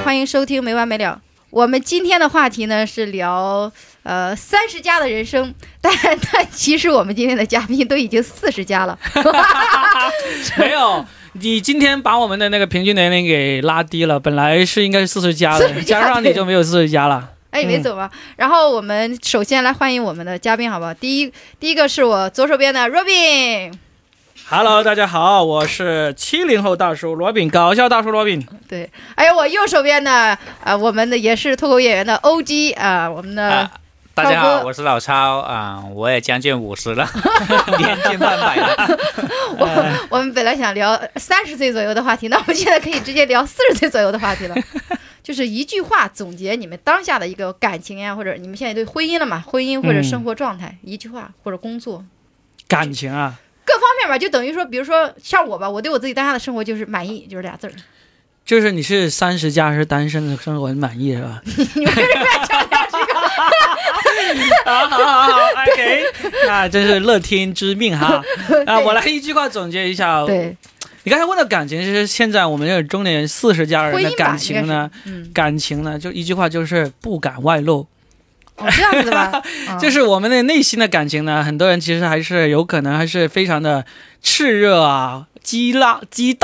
欢迎收听没完没了。我们今天的话题呢是聊30加的人生，但其实我们今天的嘉宾都已经40加了。 没有，你今天把我们的那个平均年龄给拉低了，本来是应该是40加的，加上你就没有40加了。 哎，没走吧？然后我们首先来欢迎我们的嘉宾，好不好？第一个是我左手边的 Robin。Hello， 大家好，我是70后大叔罗宾，搞笑大叔罗宾。 对，还有我右手边的我们的也是脱口演员的 OG 我们的。 大家好，我是老超我也将近50了，年近半百了。 我们本来想聊30岁左右的话题，那我们现在可以直接聊40岁左右的话题了。就是一句话总结你们当下的一个感情呀，或者你们现在对婚姻了嘛？婚姻或者生活状态，一句话或者工作， 感情啊， 各方面吧，就等于说，比如说像我吧，我对我自己当下的生活就是满意，就是俩字儿。 就是你是30加还是单身的生活很满意是吧？ 你们为什么要强调这个？ 好 ，OK， 那真是乐天知命哈。我来一句话总结一下。 对。 你刚才问的感情是现在我们这个中年人40加人的感情呢？感情呢，就一句话就是不敢外露。 这样子的吧？ 就是我们的内心的感情呢，很多人其实还是有可能还是非常的炽热啊、激浪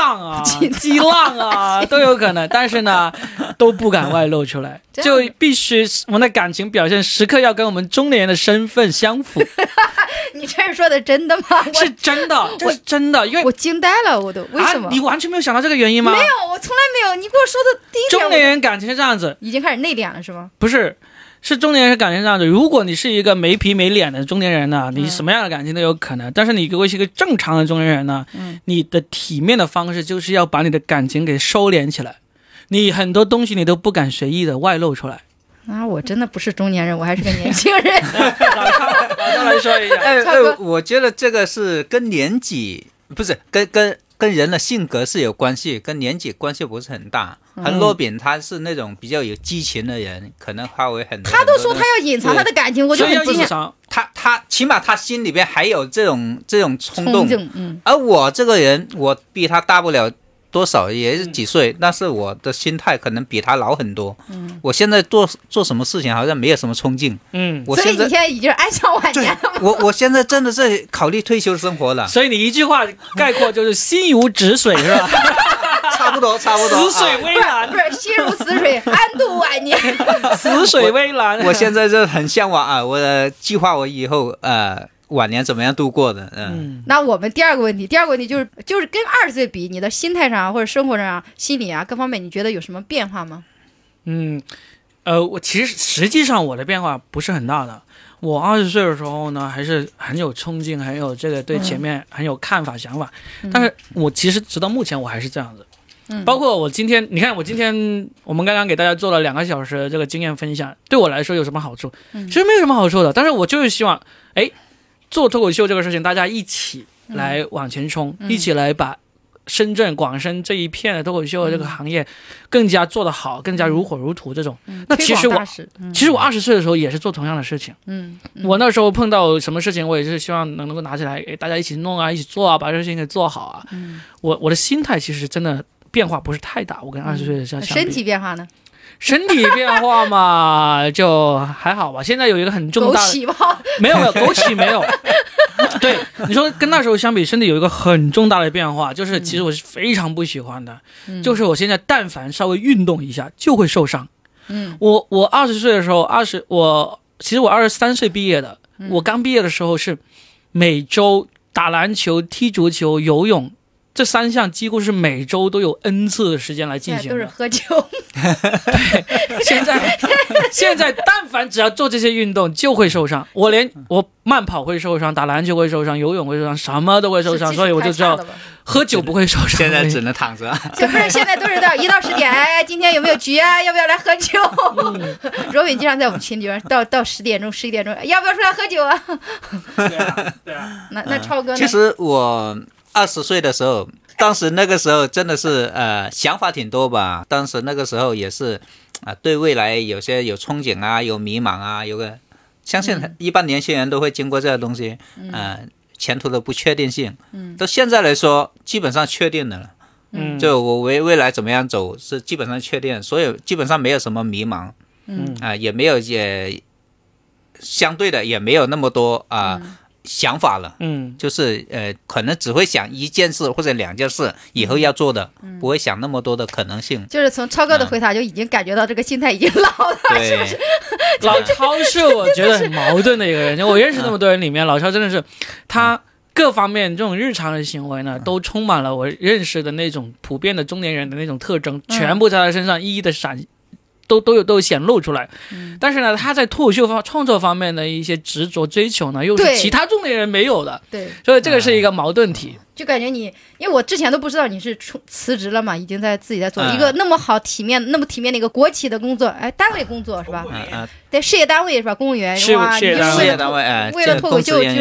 啊，都有可能，但是呢，都不敢外露出来，就必须我们的感情表现时刻要跟我们中年人的身份相符。 你这是说的真的吗？ 是真的，这是真的，因为我惊呆了，我都为什么？ 你完全没有想到这个原因吗？ 没有，我从来没有。你跟我说的第一点， 中年人感情是这样子， 已经开始内敛了是吗？ 不是。是中年人感情这样子，如果你是一个没皮没脸的中年人呢，你什么样的感情都有可能。但是你如果是一个正常的中年人呢，你的体面的方式就是要把你的感情给收敛起来，你很多东西你都不敢随意的外露出来。 我真的不是中年人，我还是个年轻人。 老张来说一下。 我觉得这个是跟年纪不是跟人的性格是有关系，跟年纪关系不是很大。罗宾他是那种比较有激情的人，可能花为很多。 他都说他要隐藏他的感情，我就很惊讶。 他起码他心里边还有这种冲动。而我这个人，我比他大不了多少，也是几岁，但是我的心态可能比他老很多。我现在做什么事情好像没有什么冲劲。 所以你现在已经安享晚年了吗？ 我现在真的是考虑退休生活了。 所以你一句话概括就是心如止水是吧？ 差不多。死水微澜， 不是心如死水，安度晚年。 死水微澜。 我现在就很向往我的计划，我以后晚年怎么样度过的。 那我们第二个问题就是跟20岁比，你的心态上或者生活上、心理各方面，你觉得有什么变化吗？ 我实际上我的变化不是很大的。我20岁的时候呢，还是很有冲劲，很有这个对前面很有看法、想法。但是我其实直到目前我还是这样子。包括我今天，你看我们刚刚给大家做了2个小时的这个经验分享，对我来说有什么好处？其实没有什么好处的。但是我就是希望，做脱口秀这个事情，大家一起来往前冲，一起来把深圳、广深这一片的脱口秀这个行业更加做得好，更加如火如荼这种。那其实我20岁的时候也是做同样的事情。我那时候碰到什么事情，我也是希望能够拿起来给大家一起弄啊，一起做啊，把这事情给做好啊。我的心态其实真的变化不是太大，我跟20岁的相比。 身体变化呢？ 身体变化嘛，就还好吧。现在有一个很重大的枸杞吗？ 没有枸杞没有。对，你说跟那时候相比，身体有一个很重大的变化，就是其实我是非常不喜欢的，就是我现在但凡稍微运动一下就会受伤。我20岁的时候，其实我23岁毕业的，我刚毕业的时候是每周打篮球、踢足球、游泳。这3项几乎是每周都有 N 次的时间来进行的， 都是喝酒。 对，现在但凡只要做这些运动就会受伤，我慢跑会受伤，打篮球会受伤，游泳会受伤，什么都会受伤，所以我就知道喝酒不会受伤。 现在只能躺着。 不是，现在都是1到10点，今天有没有局啊？要不要来喝酒？罗伟经常在我们群里边到10点钟、11点钟，要不要出来喝酒啊？ 对啊。 那超哥呢？ 其实我20岁的时候，当时那个时候真的是想法挺多吧。当时那个时候也是对未来有些有憧憬啊，有迷茫啊，相信一般年轻人都会经过这个东西。前途的不确定性，到现在来说基本上确定的了。 就我未来怎么样走是基本上确定，所以基本上没有什么迷茫，也没有相对的也没有那么多想法了，就是可能只会想一件事或者2件事以后要做的，不会想那么多的可能性。 就是从超哥的回答就已经感觉到这个心态已经老了，是不是？ 老超是我觉得很矛盾的一个人，我认识那么多人里面，老超真的是他各方面这种日常的行为呢，都充满了我认识的那种普遍的中年人的那种特征，全部在他身上一一的都有显露出来，但是呢，他在脱口秀创作方面的一些执着追求呢，又是其他中年人没有的， 对， 所以这个是一个矛盾体。 就感觉你，因为我之前都不知道你是辞职了嘛，已经自己在做一个那么体面的一个国企的工作，单位工作是吧？在事业单位是吧？公务员哇， 事业单位， 为了脱口秀就是。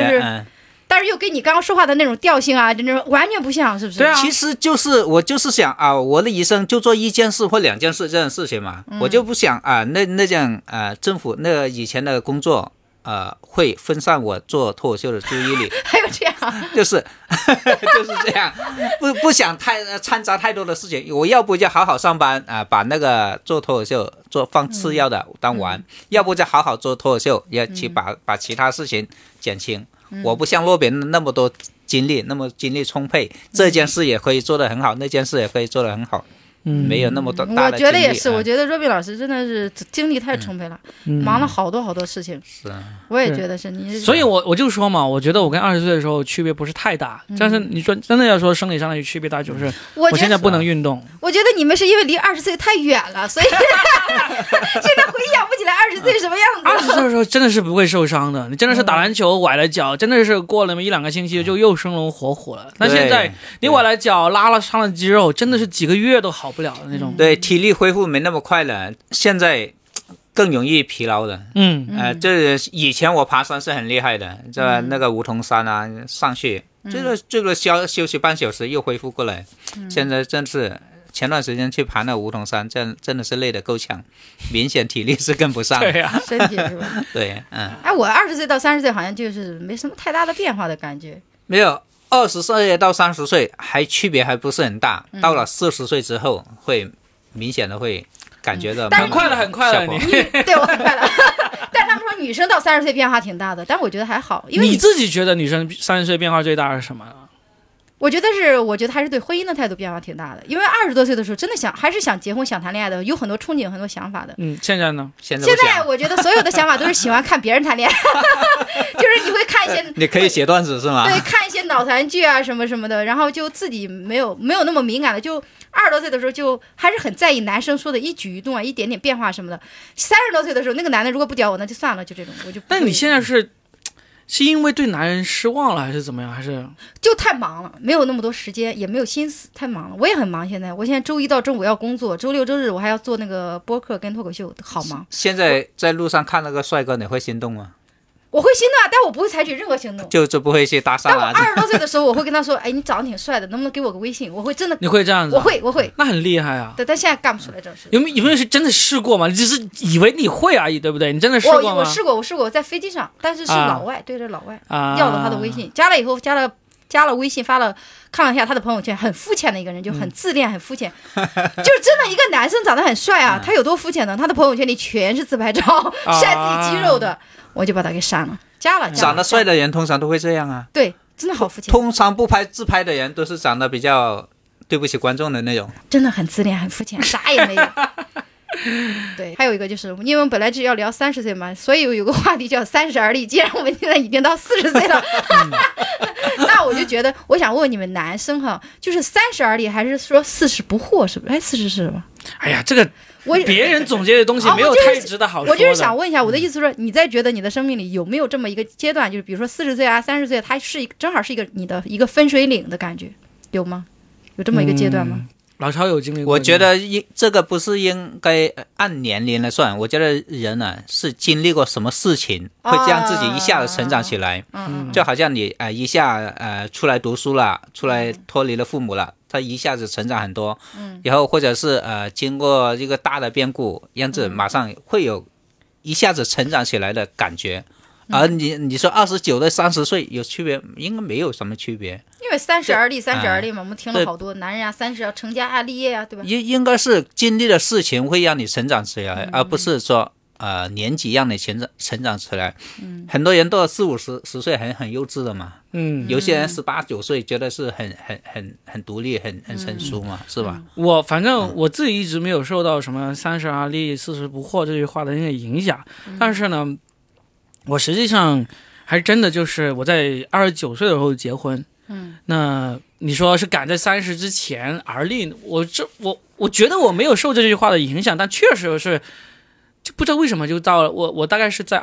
但是又跟你刚刚说话的那种调性啊，那种完全不像，是不是？ 对啊， 其实我就是想我的一生就做1件事或2件事这样的事情嘛，我就不想那样政府那个以前的工作会分散我做脱口秀的注意力。 还有这样， 就是这样，不想掺杂太多的事情。我要不就好好上班把那个做脱口秀放次要的当完，要不就好好做脱口秀，要去把其他事情减轻。我不像洛宾那么多精力，那么精力充沛，这件事也可以做得很好，那件事也可以做得很好，没有那么多大的精力。 我觉得也是，我觉得若宾老师真的是精力太充沛了，忙了好多事情。 是啊， 我也觉得是你。 所以我就说嘛，我觉得我跟20岁的时候区别不是太大，但是你说真的要说生理上的区别大，就是我现在不能运动。 我觉得你们是因为离20岁太远了，所以现在回想不起来20岁什么样子。 20岁的时候真的是不会受伤的，你真的是打篮球崴了脚，真的是过了1-2个星期就又生龙活虎了。那现在你崴了脚伤了肌肉，真的是几个月都好不了的那种。 对，体力恢复没那么快了，现在更容易疲劳的。这以前我爬山是很厉害的，在那个梧桐山上去，这个休息半小时又恢复过来。现在真是前段时间去爬那梧桐山，真的是累得够呛，明显体力是跟不上。 对呀， 身体是吧？ 对， 我20岁到30岁好像就是没什么太大的变化的感觉。 没有，20岁到30岁区别还不是很大，到了40岁之后会明显的会感觉到很快了你对，我很快了。但他们说女生到30岁变化挺大的，但我觉得还好，因为你自己觉得女生30岁变化最大是什么呢？ 我觉得还是对婚姻的态度变化挺大的，因为20多岁的时候真的还是想结婚想谈恋爱的，有很多憧憬很多想法的。 现在呢？ 现在我觉得所有的想法都是喜欢看别人谈恋爱，就是你会看一些， 你可以写段子是吗？ 对，看一些脑残剧啊什么什么的，然后就自己没有那么敏感的，就20多岁的时候就还是很在意男生说的一举一动啊，一点点变化什么的。30多岁的时候，那个男的如果不屌我，那就算了，就这种我就。 但你现在是因为对男人失望了，还是怎么样？还是就太忙了，没有那么多时间，也没有心思，太忙了。我也很忙，现在周1到周5要工作，周6周日我还要做那个播客跟脱口秀，好忙。 现在在路上看那个帅哥，你会心动吗？ 我会心动，但我不会采取任何行动， 就不会去搭讪。 但我20多岁的时候，我会跟他说：“哎，你长得挺帅的，能不能给我个微信？”我会真的， 你会这样子？ 我会， 那很厉害啊！ 对，但现在干不出来这事。 有没有是真的试过吗？你只是以为你会而已，对不对？你真的试过吗？ 我试过，在飞机上，但是老外，对着老外要了他的微信，加了以后加了微信，看了一下他的朋友圈，很肤浅的一个人，就很自恋，很肤浅，就是真的一个男生长得很帅啊，他有多肤浅呢？他的朋友圈里全是自拍照，晒自己肌肉的，我就把他给删了。 长得帅的人通常都会这样啊。 对，真的好肤浅。 通常不拍自拍的人都是长得比较对不起观众的那种， 真的很自恋，很肤浅，啥也没有。对，还有一个就是因为我们本来只要聊30岁嘛，所以有个话题叫30而立。既然我们现在已经到40岁了，那我就觉得我想问你们男生哈，就是30而立还是说40不惑，是不是？40是什么？ 哎呀，这个别人总结的东西没有太值得好说的。 我就是想问一下，我的意思是，你在觉得你的生命里有没有这么一个阶段，就是比如说40岁啊、30岁，它正好是你的一个分水岭的感觉，有吗？有这么一个阶段吗？ 老超有经历过。 我觉得这个不是应该按年龄来算，我觉得人是经历过什么事情会让自己一下子成长起来，就好像你一下出来读书了，出来脱离了父母了，他一下子成长很多，然后或者是经过一个大的变故，样子马上会有一下子成长起来的感觉。 而你说29对30岁有区别，应该没有什么区别。 因为30而立，30而立嘛，我们听了好多男人啊，30要成家啊，立业啊，对吧？ 应该是经历的事情会让你成长起来，而不是说年纪让你成长起来。很多人都40、50岁很幼稚的嘛。有些人18、19岁觉得是很独立、很成熟嘛，是吧？ 反正我自己一直没有受到什么30而立、40不惑这句话的那个影响，但是呢，我实际上还真的就是我在29岁的时候结婚。那你说是赶在30之前而立，我觉得我没有受这句话的影响，但确实是，就不知道为什么就到了我大概是在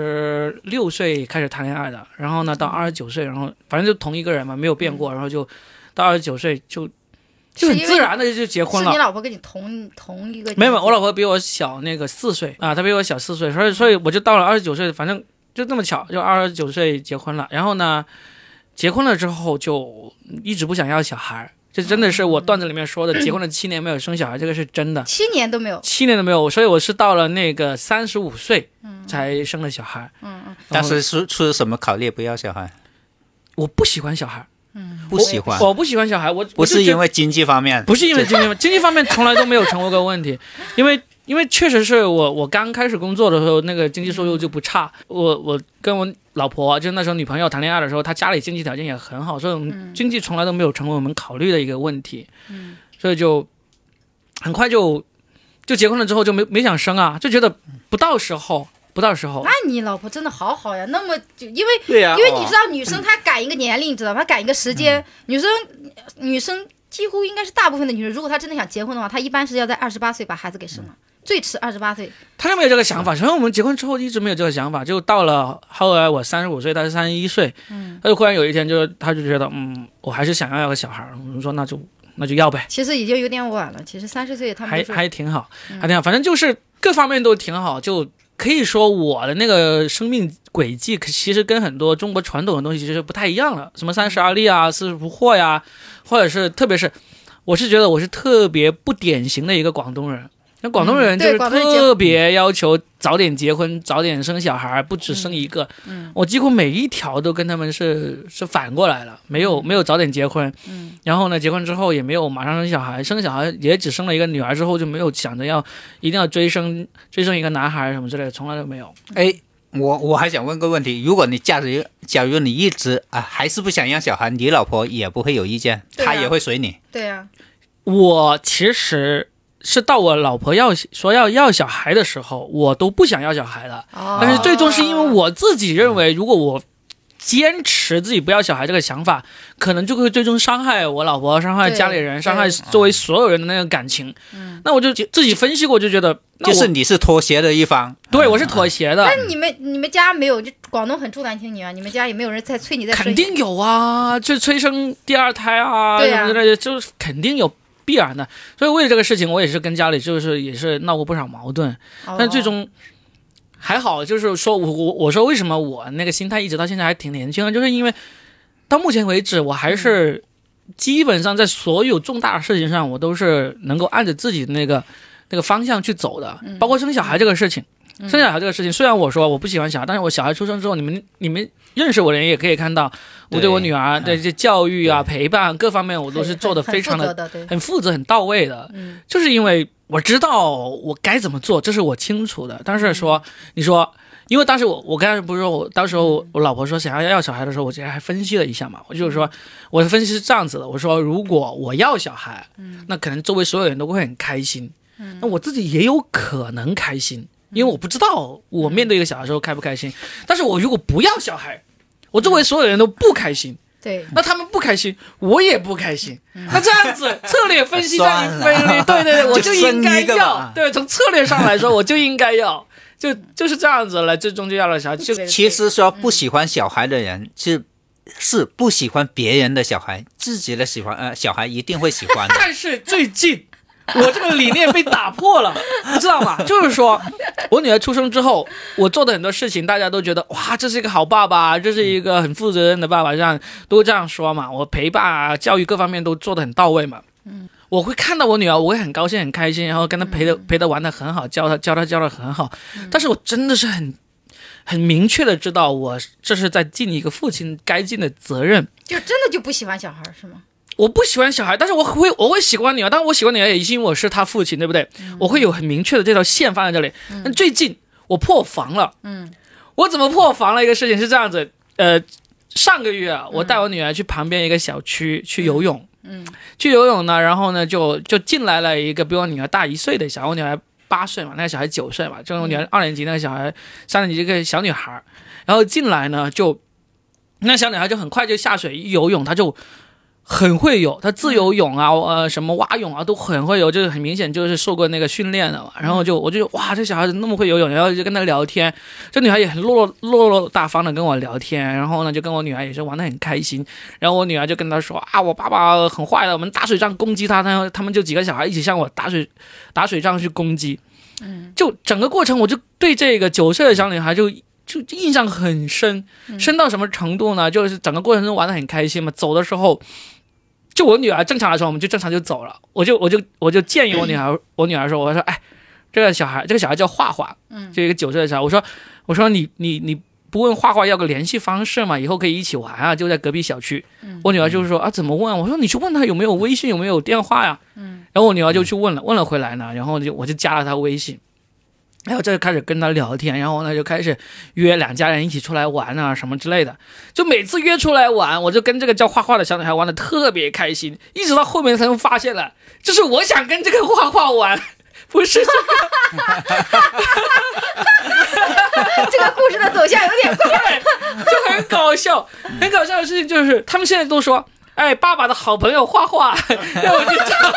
26岁开始谈恋爱的，然后呢到29岁，然后反正就同一个人嘛，没有变过，然后就到29岁就很自然的就结婚了。 是你老婆跟你同一个？ 没有，我老婆比我小那个4岁啊，她比我小4岁，所以我就到了29岁，反正就这么巧，就29岁结婚了。然后呢，结婚了之后就一直不想要小孩，这真的是我段子里面说的，结婚了7年没有生小孩，这个是真的。 7年都没有 ，7年都没有，所以我是到了那个35岁才生了小孩。 当时是出于什么考虑不要小孩？ 我不喜欢小孩。 不喜欢， 我不喜欢小孩，我不是因为经济方面， 不是因为经济方面从来都没有成为过问题，因为确实是我刚开始工作的时候，那个经济收入就不差。我跟我老婆就那时候女朋友谈恋爱的时候，她家里经济条件也很好，所以我们经济从来都没有成为我们考虑的一个问题。所以就很快就结婚了之后就没想生啊，就觉得不到时候。那你老婆真的好好呀，那么就因为你知道女生她赶一个年龄，知道吗？她赶一个时间，女生几乎应该是大部分的女生，如果她真的想结婚的话，她一般是要在28岁把孩子给生了，最迟28岁。 她就没有这个想法，所以我们结婚之后一直没有这个想法，就到了后来我35岁，她是31岁，她就忽然有一天她就觉得我还是想要个小孩，我们说那就要呗。 其实已经有点晚了，其实30岁他们还挺好，还挺好，反正就是各方面都挺好，就可以说我的那个生命轨迹其实跟很多中国传统的东西其实不太一样了，什么30而立啊、40不惑呀，或者是特别是我是觉得我是特别不典型的一个广东人。那广东人就是特别要求早点结婚、早点生小孩，不只生一个。我几乎每一条都跟他们是反过来了，没有早点结婚。然后呢，结婚之后也没有马上生小孩，生小孩也只生了一个女儿之后就没有想着一定要追生一个男孩什么之类的，从来都没有。 我还想问个问题，如果你假如你一直还是不想要小孩，你老婆也不会有意见，她也会随你。 对啊， 我其实是到我老婆要小孩的时候，我都不想要小孩的。但是最终是因为我自己认为，如果我坚持自己不要小孩这个想法，可能就会最终伤害我老婆、伤害家里人、伤害周围所有人的那个感情。那我就自己分析过，就觉得就是你是妥协的一方。 对，我是妥协的。 但你们家没有，就广东很重男轻女啊，你们家也没有人在催你再生。 肯定有啊，就催生第二胎啊，什么之类的，就是肯定有。必然的，所以为了这个事情，我也是跟家里也是闹过不少矛盾，但最终还好，就是说我说为什么我那个心态一直到现在还挺年轻的，就是因为到目前为止，我还是基本上在所有重大的事情上，我都是能够按着自己的那个方向去走的，包括生小孩这个事情。生小孩这个事情，虽然我说我不喜欢小孩，但是我小孩出生之后，你们认识我的人也可以看到，我对我女儿的这教育啊、陪伴各方面，我都是做的非常的很负责、很到位的。就是因为我知道我该怎么做，这是我清楚的。但是你说，因为当时我刚才不是说我当时我老婆说想要小孩的时候，我直接还分析了一下嘛，我就是说我的分析是这样子的，我说如果我要小孩，那可能周围所有人都会很开心，那我自己也有可能开心。因为我不知道我面对一个小孩的时候开不开心，但是我如果不要小孩，我周围所有人都不开心， 对， 那他们不开心，我也不开心，那这样子策略分析在一分离，对，我就应该要，对，从策略上来说我就应该要，就是这样子了，最终就要了小孩。 其实说不喜欢小孩的人是不喜欢别人的小孩，自己的小孩一定会喜欢的。 但是最近我这个理念被打破了，你知道吗？就是说我女儿出生之后，我做的很多事情大家都觉得哇，这是一个好爸爸，这是一个很负责任的爸爸，都这样说嘛。我陪伴啊、教育各方面都做得很到位嘛。我会看到我女儿，我会很高兴很开心，然后跟她陪她玩得很好，教她很好。但是我真的是很明确的知道我这是在尽一个父亲该尽的责任。 就真的就不喜欢小孩是吗？ 我不喜欢小孩，但是我会喜欢女儿，但是我喜欢女儿也是因为我是她父亲，对不对？我会有很明确的这条线放在这里。但最近我破防了，我怎么破防了？一个事情是这样子，上个月我带我女儿去旁边一个小区去游泳，去游泳呢，然后呢就进来了一个比我女儿大1岁的小，我女儿8岁嘛，那个小孩9岁嘛，就我女儿2年级，那个小孩3年级，一个小女孩，然后进来呢那小女孩就很快就下水一游泳，她就很会游，她自由泳啊，什么蛙泳啊都很会游，就是很明显就是受过那个训练的嘛。然后我就哇，这小孩子那么会游泳，然后就跟她聊天，这女孩也很落落大方的跟我聊天，然后呢就跟我女儿也是玩得很开心。然后我女儿就跟她说啊，我爸爸很坏的，我们打水仗攻击他，他们就几个小孩一起向我打水仗去攻击。就整个过程我就对这个9岁的小女孩就印象很深到什么程度呢？就是整个过程中玩得很开心嘛。走的时候，就我女儿正常来说，我们就正常就走了。我就建议我女儿说，我说，哎，这个小孩叫画画，就一个9岁的小孩。我说你不问画画要个联系方式嘛？以后可以一起玩啊，就在隔壁小区。我女儿就是说啊，怎么问？我说你去问他有没有微信，有没有电话呀？然后我女儿就去问了回来呢，然后我就加了他微信。然后就开始跟他聊天，然后呢就开始约2家人一起出来玩啊什么之类的。就每次约出来玩，我就跟这个叫画画的小女孩玩得特别开心，一直到后面才发现了，就是我想跟这个画画玩，不是这个。 这个故事的走向有点怪， 就很搞笑。很搞笑的事情就是，他们现在都说，哎，爸爸的好朋友画画，让我去找，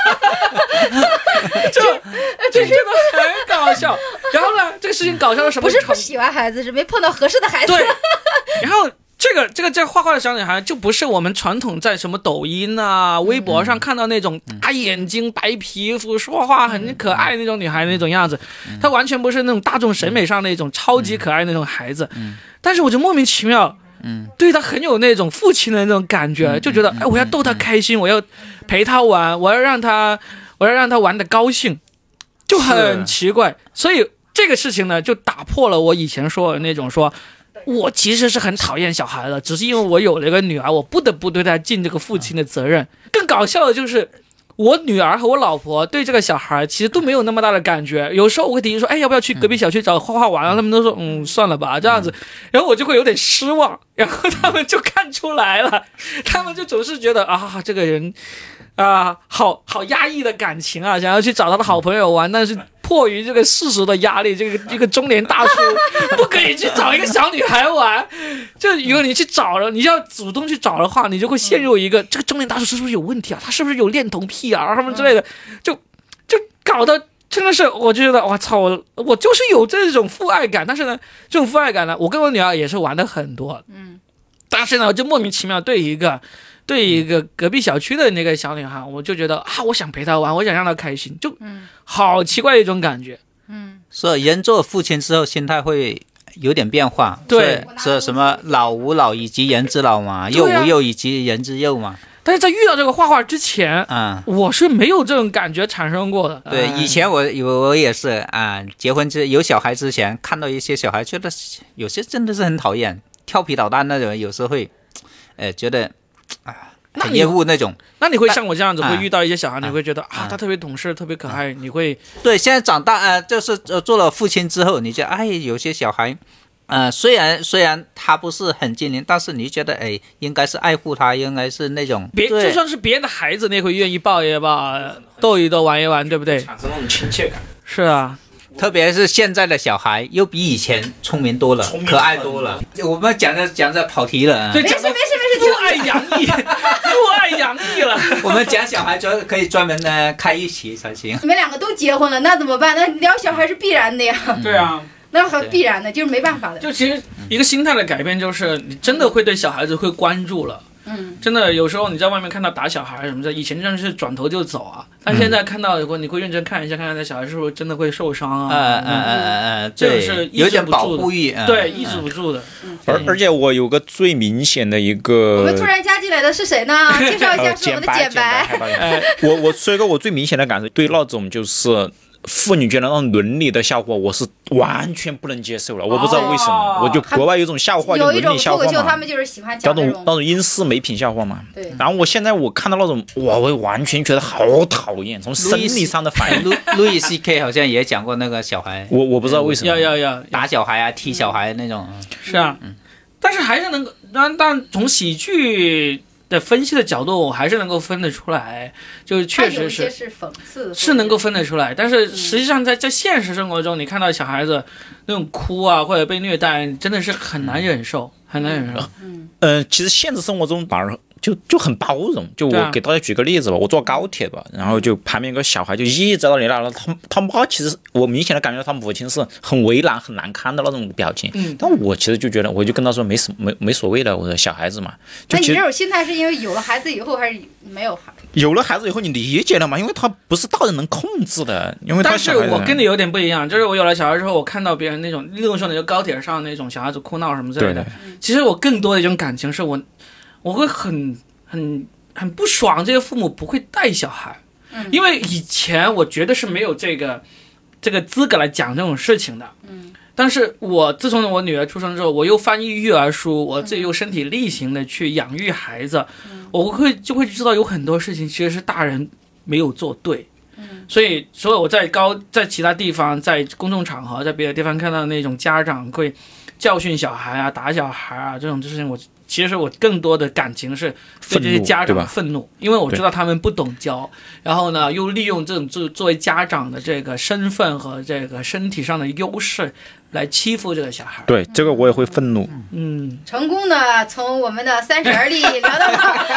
就真的很搞笑。然后呢，这个事情搞笑到什么程度？ 不是不喜欢孩子，是没碰到合适的孩子。 对，然后这画画的小女孩就不是我们传统在什么抖音啊、微博上看到那种大眼睛、白皮肤、说话很可爱那种女孩那种样子，她完全不是那种大众审美上那种超级可爱那种孩子。但是我就莫名其妙。对他很有那种父亲的那种感觉，就觉得哎，我要逗他开心，我要陪他玩，我要让他玩得高兴，就很奇怪。所以这个事情呢，就打破了我以前说的那种说我其实是很讨厌小孩的，只是因为我有了一个女儿，我不得不对她尽这个父亲的责任。更搞笑的就是我女儿和我老婆对这个小孩其实都没有那么大的感觉，有时候我会提议说，哎，要不要去隔壁小区找画画玩啊？他们都说算了吧，这样子，然后我就会有点失望，然后他们就看出来了，他们就总是觉得啊，这个人好压抑的感情啊，想要去找他的好朋友玩，但是迫于这个世俗的压力，这个中年大叔不可以去找一个小女孩玩。就如果你去找了，你要主动去找的话，你就会陷入一个这个中年大叔是不是有问题啊？他是不是有恋童癖啊？什么之类的，就搞得真的是，我就觉得我操，我就是有这种父爱感，但是呢，这种父爱感呢，我跟我女儿也是玩的很多，但是呢，我就莫名其妙对一个隔壁小区的那个小女孩，我就觉得啊，我想陪她玩，我想让她开心，就好奇怪的一种感觉。 所以人做父亲之后，心态会有点变化。 对， 是什么老吾老以及人之老嘛，幼吾幼以及人之幼嘛。 但是在遇到这个画画之前，我是没有这种感觉产生过的。 对，以前我也是结婚有小孩之前，看到一些小孩，觉得有些真的是很讨厌、调皮捣蛋那种，有时候会，觉得很厌恶那种。 那你会像我这样子，会遇到一些小孩，你会觉得他特别懂事，特别可爱，你会对。现在长大就是做了父亲之后，你觉得有些小孩。虽然他不是很精灵，但是你觉得应该是爱护他，应该是那种就算是别人的孩子，你也会愿意抱一抱，逗一逗，玩一玩，对不对？ 产生那种亲切感。 是啊， 特别是现在的小孩又比以前聪明多了，可爱多了。我们讲着跑题了， 没事，父爱洋溢了。 我们讲小孩可以专门开一期才行。 你们2个都结婚了，那怎么办？那聊小孩是必然的呀。 对啊。 那很必然的，就是没办法的。 就其实一个心态的改变，就是你真的会对小孩子会关注了。真的有时候你在外面看到打小孩什么的，以前真的是转头就走啊，但现在看到你会认真看一下，看看那小孩是不是真的会受伤啊？这个是有点保护欲， 对，抑制不住的。 而且我有个最明显的一个， 我们突然加进来的是谁呢？介绍一下，是我们的简白。 我说一个我最明显的感受，对那种就是妇女间的那种伦理的笑话，我是完全不能接受了。我不知道为什么，我就国外有一种笑话， 有一种伦理笑话嘛， 脱口秀他们就是喜欢讲那种英式美品笑话嘛。 对。 然后我现在看到那种，哇，我完全觉得好讨厌，从生理上的反应。 路易 CK 好像也讲过那个小孩， 我不知道为什么要打小孩啊、踢小孩那种。 是啊，但是还是能够，但从喜剧的分析的角度，我还是能够分得出来，就是确实是讽刺， 是能够分得出来。但是实际上在现实生活中，你看到小孩子那种哭啊或者被虐待，真的是很难忍受，很难忍受。 其实现实生活中反而就很包容。就我给大家举个例子吧，我坐高铁吧，然后就旁边有个小孩就一直到你那了，他妈其实我明显的感觉到他母亲是很为难很难堪的那种表情。但我其实就觉得，我就跟他说没所谓的，我说小孩子嘛。 那你这种心态是因为有了孩子以后，还是没有孩子？ 有了孩子以后你理解了嘛？因为他不是大人能控制的，因为他小孩子。 但是我跟你有点不一样，就是我有了小孩之后，我看到别人那种，例如说你就高铁上那种小孩子哭闹什么之类的，其实我更多的一种感情是我会很不爽，这些父母不会带小孩，因为以前我觉得是没有这个资格来讲这种事情的。但是我自从我女儿出生之后，我又翻译育儿书，我自己又身体力行的去养育孩子，我就会知道有很多事情其实是大人没有做对。所以我在其他地方，在公众场合，在别的地方看到那种家长会教训小孩啊、打小孩啊这种事情，其实我更多的感情是对这些家长的愤怒，因为我知道他们不懂教，然后呢又利用这种作为家长的这个身份和这个身体上的优势来欺负这个小孩。 对，这个我也会愤怒。 成功的从我们的30而立聊到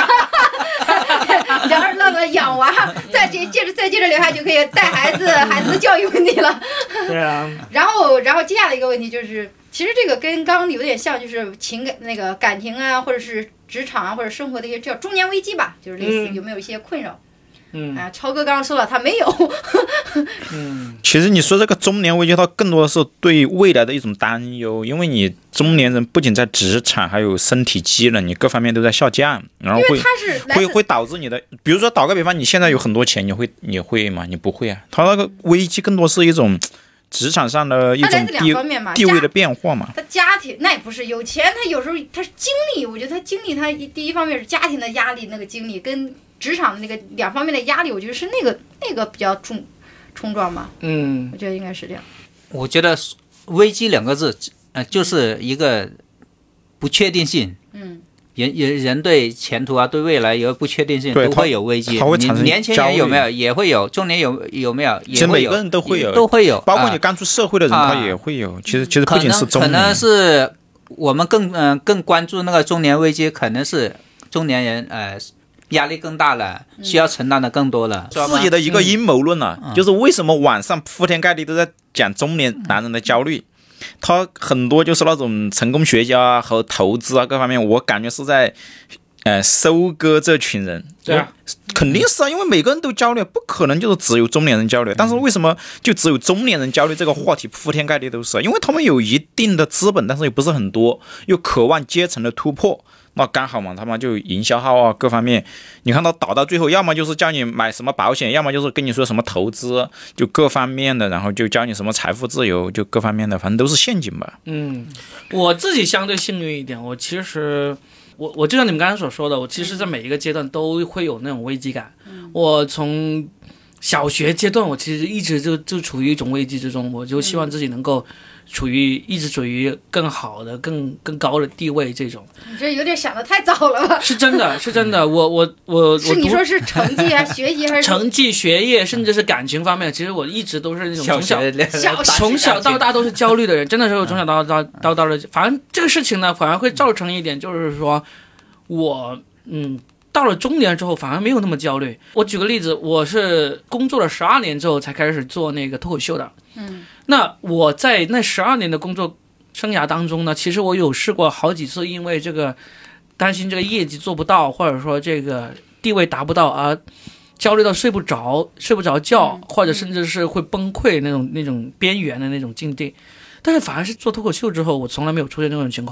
聊到了养娃，再接着聊下去可以带孩子的教育问题了。 对啊。然后接下来一个问题就是。其实这个跟刚刚有点像，就是情感那个感情啊，或者是职场啊，或者生活的一些叫中年危机吧，就是类似有没有一些困扰？超哥刚刚说了他没有。 其实你说这个中年危机，它更多的是对未来的一种担忧，因为你中年人不仅在职场，还有身体机能，你各方面都在下降，然后会导致你的，比如说打个比方，你现在有很多钱，你会吗？你不会啊。它那个危机更多是一种。职场上的一种地位的变化嘛， 他家庭那也不是有钱，他有时候他经历，我觉得他经历，他第一方面是家庭的压力，那个经历跟职场的那个两方面的压力，我觉得是那个比较冲撞吧。我觉得应该是这样。 我觉得危机2个字，就是一个不确定性。人对前途啊，对未来有不确定性，都会有危机。年轻人有没有？也会有。中年有没有？也会有。 其实每个人都会有，包括你刚出社会的人，他也会有。其实不仅是中年， 可能是我们更关注那个中年危机，可能是中年人压力更大了，需要承担的更多了。 自己的一个阴谋论了，就是为什么网上铺天盖地都在讲中年男人的焦虑。他很多就是那种成功学家和投资啊各方面，我感觉是在收割这群人。 对啊， 肯定是啊，因为每个人都焦虑，不可能就是只有中年人焦虑。但是为什么就只有中年人焦虑这个话题铺天盖地都是？因为他们有一定的资本，但是又不是很多，又渴望阶层的突破。那刚好嘛，他们就营销号啊各方面，你看他导到最后，要么就是叫你买什么保险，要么就是跟你说什么投资，就各方面的，然后就教你什么财富自由，就各方面的，反正都是陷阱吧。 我自己相对幸运一点，我其实我就像你们刚才所说的，我其实在每一个阶段都会有那种危机感。我从小学阶段，我其实一直就处于一种危机之中，我就希望自己能够一直处于更好的、更高的地位这种。 你这有点想得太早了吧？ 是真的，是真的。我是你说是成绩还是学习还是成绩、学业，甚至是感情方面，其实我一直都是那种从小到大都是焦虑的人，真的是我从小到大的。反正这个事情呢，反而会造成一点，就是说我到了中年之后反而没有那么焦虑。我举个例子，我是工作了12年之后才开始做那个脱口秀的。那我在那12年的工作生涯当中呢，其实我有试过好几次，因为这个担心这个业绩做不到，或者说这个地位达不到而焦虑到睡不着觉，或者甚至是会崩溃那种边缘的那种境地。但是反而是做脱口秀之后，我从来没有出现这种情况了。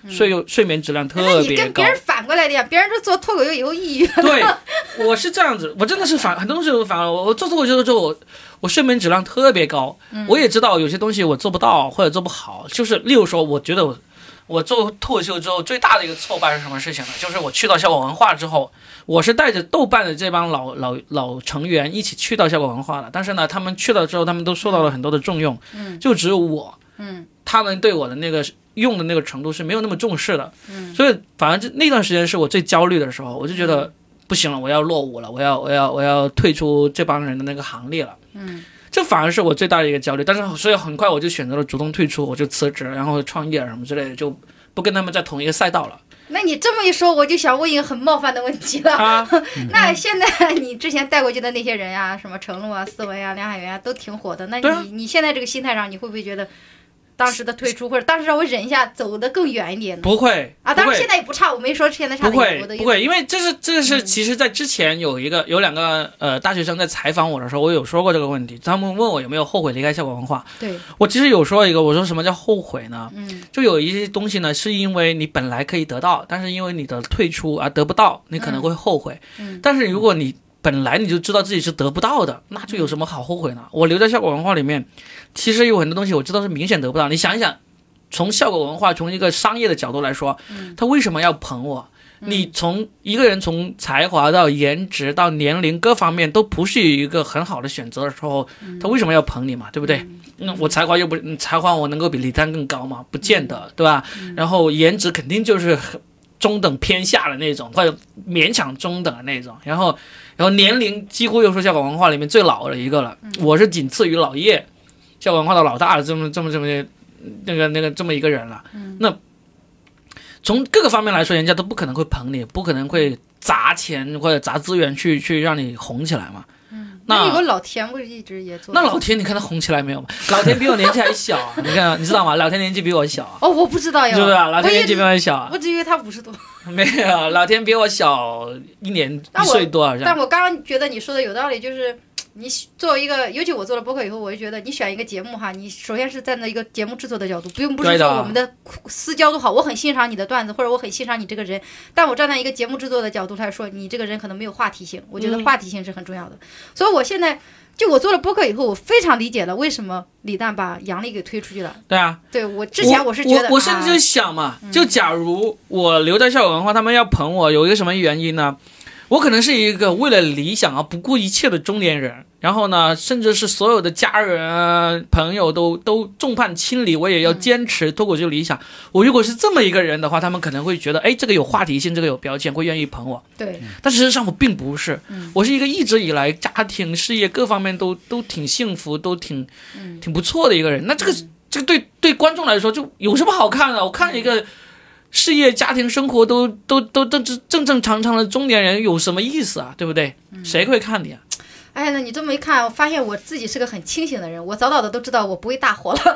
睡眠质量特那你别高跟别。人反过来的呀，别人都做脱口秀以后抑郁了。 对，我是这样子，我真的是很多东西都反了。我做脱口秀之后，我睡眠质量特别高。我也知道有些东西我做不到或者做不好，就是例如说，我觉得我做脱口秀之后最大的一个挫败是什么事情呢？就是我去到效果文化之后，我是带着豆瓣的这帮老成员一起去到效果文化的，但是呢，他们去了之后，他们都受到了很多的重用，就只有我，他们对我的那个用的那个程度是没有那么重视的，所以反而那段时间是我最焦虑的时候，我就觉得不行了，我要落伍了，我要退出这帮人的那个行列了，这反而是我最大的一个焦虑。但是所以很快我就选择了主动退出，我就辞职，然后创业什么之类的，就不跟他们在同一个赛道了。 那你这么一说，我就想问一个很冒犯的问题了。那现在你之前带过去的那些人呀，什么程璐啊、思维啊、梁海源啊，都挺火的。那你现在这个心态上，你会不会觉得当时的退出，或者当时让我忍一下，走得更远一点呢？ 不会啊， 当然现在也不差，我没说现在差不会，因为这是其实在之前有两个大学生在采访我的时候，我有说过这个问题，他们问我有没有后悔离开效果文化。 对， 我其实有说一个，我说什么叫后悔呢？就有一些东西呢，是因为你本来可以得到，但是因为你的退出而得不到，你可能会后悔。但是如果你本来你就知道自己是得不到的，那就有什么好后悔呢？我留在效果文化里面，其实有很多东西我知道是明显得不到。你想一想，从效果文化从一个商业的角度来说，他为什么要捧我？你从一个人从才华到颜值到年龄各方面都不是一个很好的选择的时候，他为什么要捧你嘛？对不对？那我才华我能够比李诞更高吗？不见得，对吧？然后颜值肯定就是中等偏下的那种，或者勉强中等的那种，然后年龄几乎又是效果文化里面最老的一个了，我是仅次于老叶，效果文化的老大的这么这么一个人了。那从各个方面来说，人家都不可能会捧你，不可能会砸钱或者砸资源去让你红起来嘛。 那有个老田不是一直也做？ 那老田你看他红起来没有嘛？老田比我年纪还小，你看你知道吗？老田年纪比我小。 哦，我不知道呀。 是不是？老田年纪比我小。 我只以为他50多。 没有，老田比我小1岁多好像。 但我刚刚觉得你说的有道理，就是你作为一个，尤其我做了播客以后，我就觉得你选一个节目哈，你首先是站在一个节目制作的角度，不是说我们的私交多好，我很欣赏你的段子，或者我很欣赏你这个人，但我站在一个节目制作的角度来说，你这个人可能没有话题性，我觉得话题性是很重要的。所以我现在就我做了播客以后，我非常理解了为什么李诞把杨笠给推出去了。 对啊， 对我之前我是觉得， 我甚至就想嘛，就假如我留在效果文化，他们要捧我，有一个什么原因呢？我可能是一个为了理想而不顾一切的中年人，然后呢，甚至是所有的家人啊、朋友都众叛亲离，我也要坚持脱口秀理想。我如果是这么一个人的话，他们可能会觉得，哎，这个有话题性，这个有标签，会愿意捧我。 对， 但事实上我并不是，我是一个一直以来家庭、事业各方面都挺幸福、都挺不错的一个人。那这个对观众来说就有什么好看的？我看一个事业、家庭、生活都正常的中年人有什么意思啊？对不对？谁会看你啊？ 哎，那你这么一看，我发现我自己是个很清醒的人，我早早的都知道我不会大火了。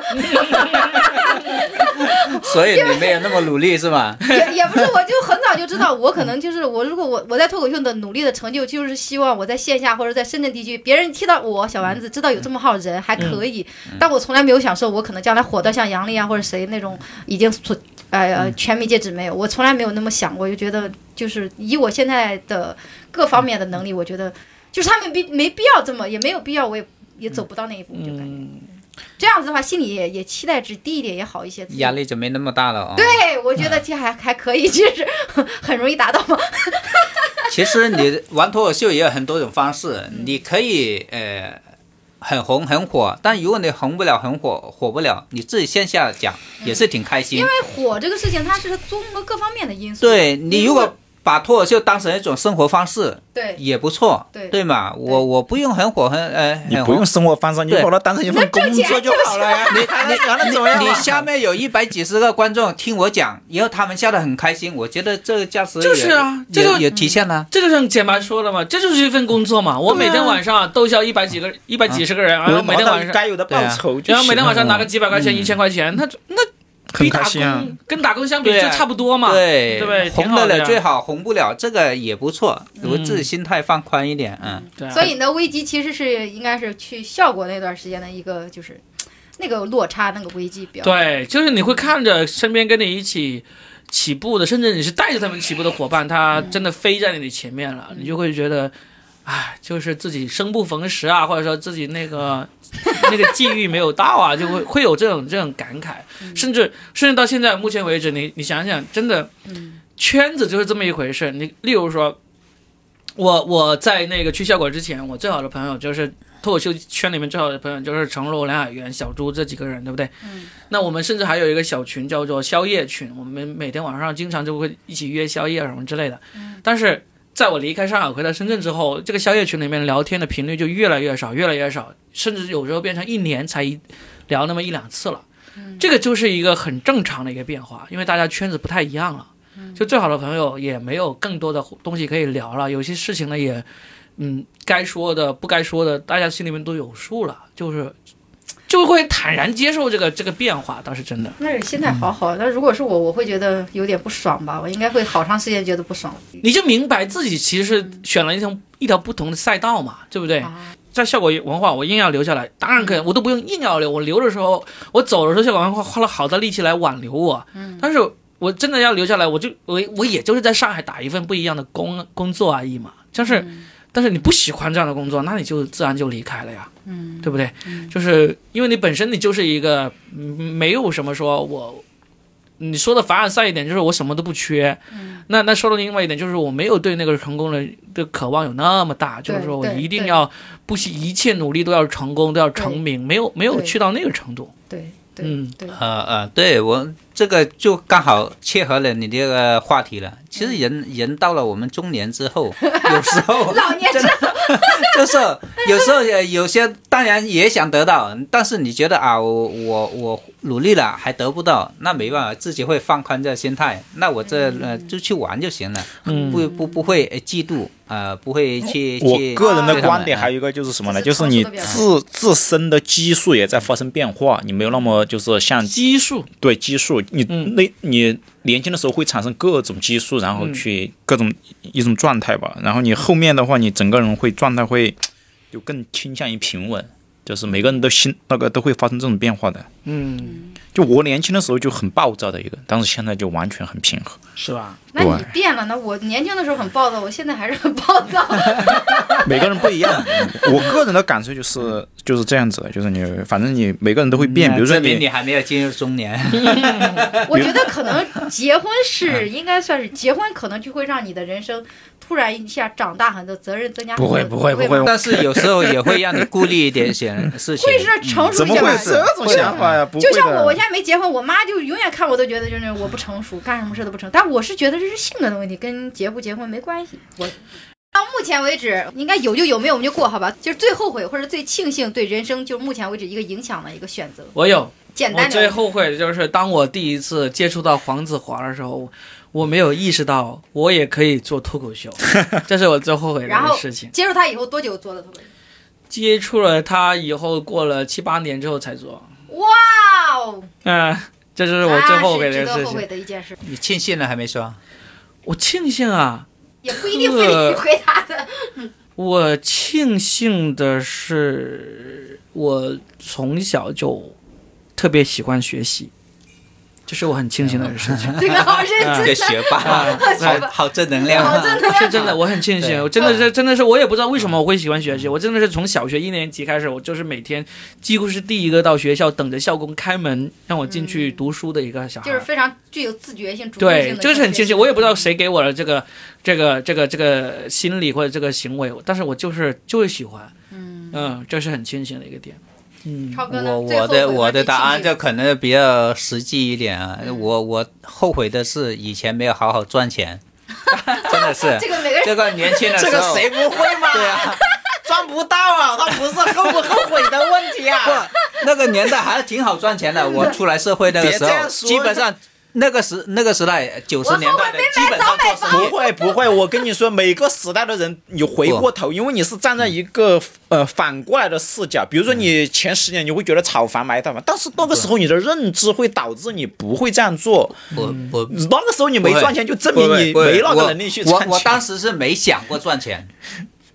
所以你没有那么努力是吧？ 也不是，我就很早就知道，我可能就是如果我在脱口秀的努力的成就，就是希望我在线下或者在深圳地区，别人听到我小丸子知道有这么号人还可以，但我从来没有想说我可能将来火到像杨笠啊或者谁那种已经全民皆知没有，我从来没有那么想过，就觉得就是以我现在的各方面的能力，我觉得就是他们没必要这么，也没有必要，我也走不到那一步，就感觉这样子的话，心里也期待值低一点也好一些， 压力就没那么大了啊。 对，我觉得这还可以，就是很容易达到嘛。 其实你玩脱口秀也有很多种方式，你可以很红很火，但如果你红不了很火不了，你自己线下讲也是挺开心。 因为火这个事情它是综合各方面的因素。 对，你如果把脱口秀当成一种生活方式， 对， 也不错，对嘛？我不用很火你不用生活方式，你把它当成一份工作就好了呀。 你下面有100几十个观众听我讲，以后他们笑得很开心，我觉得这个价值就是啊，这就也体现了。 这就像简白说的嘛，这就是一份工作嘛。我每天晚上逗笑100几十个人，然后每天晚上该有的报酬， 然后每天晚上拿个几百块钱、1000块钱，那比打工跟打工相比就差不多嘛， 对不对？ 红得了最好，红不了这个也不错，如果自己心态放宽一点， 对。所以你的危机其实是应该是去效果那段时间的一个就是那个落差，那个危机表。 对，就是你会看着身边跟你一起起步的，甚至你是带着他们起步的伙伴，他真的飞在你前面了，你就会觉得，哎，就是自己生不逢时啊，或者说自己那个际遇没有到啊，就会有这种感慨，甚至到现在目前为止，你想想，真的，圈子就是这么一回事。你例如说，我在那个去效果之前，我最好的朋友就是脱口秀圈里面最好的朋友就是程璐、梁海源、小朱这几个人，对不对？那我们甚至还有一个小群叫做宵夜群，我们每天晚上经常就会一起约宵夜什么之类的。但是在我离开上海回到深圳之后，这个宵夜群里面聊天的频率就越来越少，甚至有时候变成1年才聊那么1-2次了。这个就是一个很正常的一个变化，因为大家圈子不太一样了，就最好的朋友也没有更多的东西可以聊了，有些事情呢也该说的不该说的大家心里面都有数了，就会坦然接受这个变化，倒是真的。 那心态好。那如果是我会觉得有点不爽吧，我应该会好长时间觉得不爽。 你就明白自己其实是选了一条不同的赛道嘛，对不对？在效果文化我硬要留下来，当然可以，我都不用硬要留，我留的时候，我走的时候效果文化花了好大力气来挽留我，但是我真的要留下来，我也就是在上海打一份不一样的工作而已嘛，但是你不喜欢这样的工作，那你就自然就离开了呀，对不对？就是因为你本身你就是一个没有什么说你说的凡尔赛一点，就是我什么都不缺。那说的另外一点就是我没有对那个成功的渴望有那么大，就是说我一定要不惜一切努力都要成功，都要成名，没有去到那个程度。 对。 对，我这个就刚好切合了你这个话题了。其实人到了我们中年之后，有时候老年之后， 就是有时候有些当然也想得到，但是你觉得啊，我努力了还得不到，那没办法，自己会放宽这心态。那我就去玩就行了，不会嫉妒。不会去。 我个人的观点还有一个就是什么呢？就是你自身的基数也在发生变化，你没有那么就是像基数， 对基数，你年轻的时候会产生各种激素，然后去各种一种状态吧。然后你后面的话，你整个人状态会就更倾向于平稳，就是每个人都会发生这种变化的。就我年轻的时候就很暴躁的一个，但是现在就完全很平和， 是吧？ 那你变了，那我年轻的时候很暴躁，我现在还是很暴躁。 每个人不一样，我个人的感受就是这样子的，就是反正你每个人都会变。比如说证明你还没有进入中年。 我觉得可能结婚应该算是结婚，可能就会让你的人生突然一下长大很多，责任增加很多。 不会。 但是有时候也会让你顾虑一点事情。 会是成熟一些吧？ 怎么会这种想法呀？ 就像我现在没结婚，我妈就永远看我都觉得就是我不成熟，干什么事都不成。但我是觉得这是性格的问题，跟结不结婚没关系。到目前为止，应该有就有，没有我们就过，好吧？就是最后悔或者最庆幸对人生，就是目前为止一个影响的一个选择。 我有， 简单。 我最后悔的就是当我第一次接触到黄子华的时候，我没有意识到我也可以做脱口秀，这是我最后悔的一个事情。 接触他以后多久做的脱口秀？ 接触了他以后，过了7-8年之后才做。 哇哦！ 这就是我最后悔的事情。 值得后悔的一件事。 你庆幸了还没说？ 我庆幸啊。 也不一定非得回答的。 我庆幸的是，我从小就特别喜欢学习，这是我很庆幸的事情。 这个好认真， 这学霸，好正能量， 好正能量， 是真的，我很庆幸。我真的是，我也不知道为什么我会喜欢学习。我真的是从小学1年级开始，我就是每天几乎是第一个到学校等着校工开门让我进去读书的一个小孩， 就是非常具有自觉性、主动性的。 对，就是很庆幸。我也不知道谁给我了这个心理或者这个行为，但是我就是喜欢。这是很庆幸的一个点。 我的答案就可能比较实际一点啊。我后悔的是以前没有好好赚钱，真的是这个年轻的时候， 这个谁不会嘛？ 对啊， 赚不到啊，他不是后不后悔的问题啊。 不，那个年代还是挺好赚钱的。我出来社会那个时候，基本上。那个时代90年代的基本上做生意不会，我跟你说，每个时代的人，你回过头，因为你是站在一个反过来的视角。比如说你前10年你会觉得炒房买大房，但是那个时候你的认知会导致你不会这样做。那个时候你没赚钱，就证明你没那个能力去赚钱。 我当时是没想过赚钱。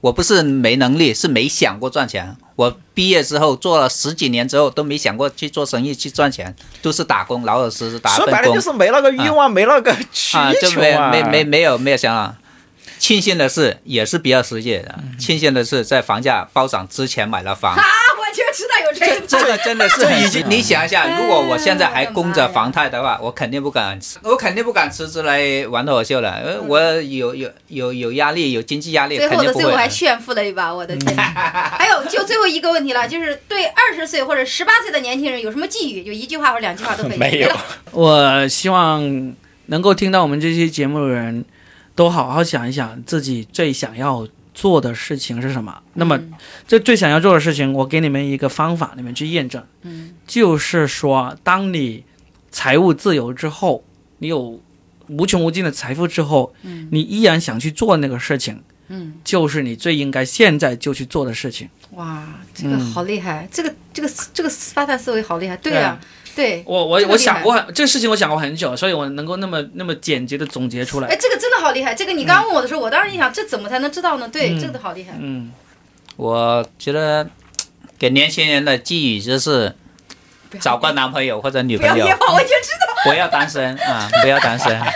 我不是没能力，是没想过赚钱。我毕业之后做了10几年之后都没想过去做生意去赚钱，都是打工，老老实实打份工。 说白了就是没那个欲望，没那个需求就没有想法。庆幸的是，也是比较实际的。庆幸的是，在房价暴涨之前买了房。 我就知道有这个真的是很你想一下，如果我现在还供着房贷的话，我肯定不敢辞职来玩脱口秀了。我有压力，有经济压力， 最后肯定不会。 最后还炫富了一把，我的天！还有就最后一个问题了，就是对20岁或者18岁的年轻人有什么寄语？就一句话或者2句话都可以。 没有。 我希望能够听到我们这期节目的人都好好想一想自己最想要做的事情是什么。那么这最想要做的事情，我给你们一个方法，你们去验证。就是说当你财务自由之后，你有无穷无尽的财富之后，你依然想去做那个事情，就是你最应该现在就去做的事情。 哇，这个好厉害，这个斯巴达思维好厉害。对啊，对， 我想过这个事情，我想过很久，所以我能够那么简洁的总结出来。 哎，这个真的好厉害。这个你刚问我的时候，我当时一想，这怎么才能知道呢？对，这个好厉害。 我觉得给年轻人的寄语就是找个男朋友或者女朋友。不要别跑，我就知道。 不要单身啊！不要单身。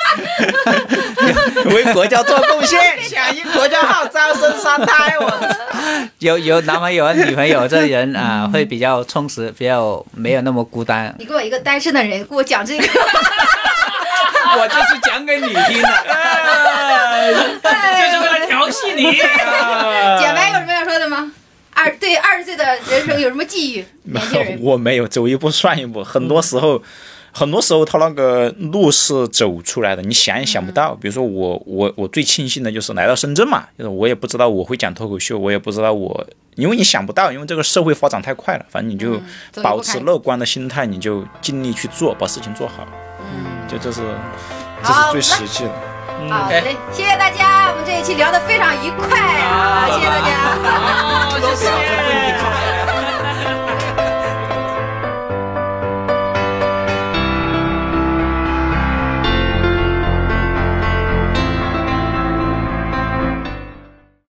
为国家做贡献，响应国家号，招生3胎。 有男朋友和女朋友，这人啊会比较充实，比较没有那么孤单。 你给我一个单身的人，给我讲这个。 我就是讲给你听的， 就是为了调戏你。 简白有什么要说的吗？对20岁的人生有什么寄语？年轻人， 我没有，走一步算一步。很多时候他那个路是走出来的，你想也想不到。比如说我最庆幸的就是来到深圳嘛，就是我也不知道我会讲脱口秀，我也不知道因为你想不到，因为这个社会发展太快了，反正你就保持乐观的心态，你就尽力去做，把事情做好。就这是最实际的。 好嘞，谢谢大家，我们这一期聊得非常愉快啊，谢谢大家。 谢谢。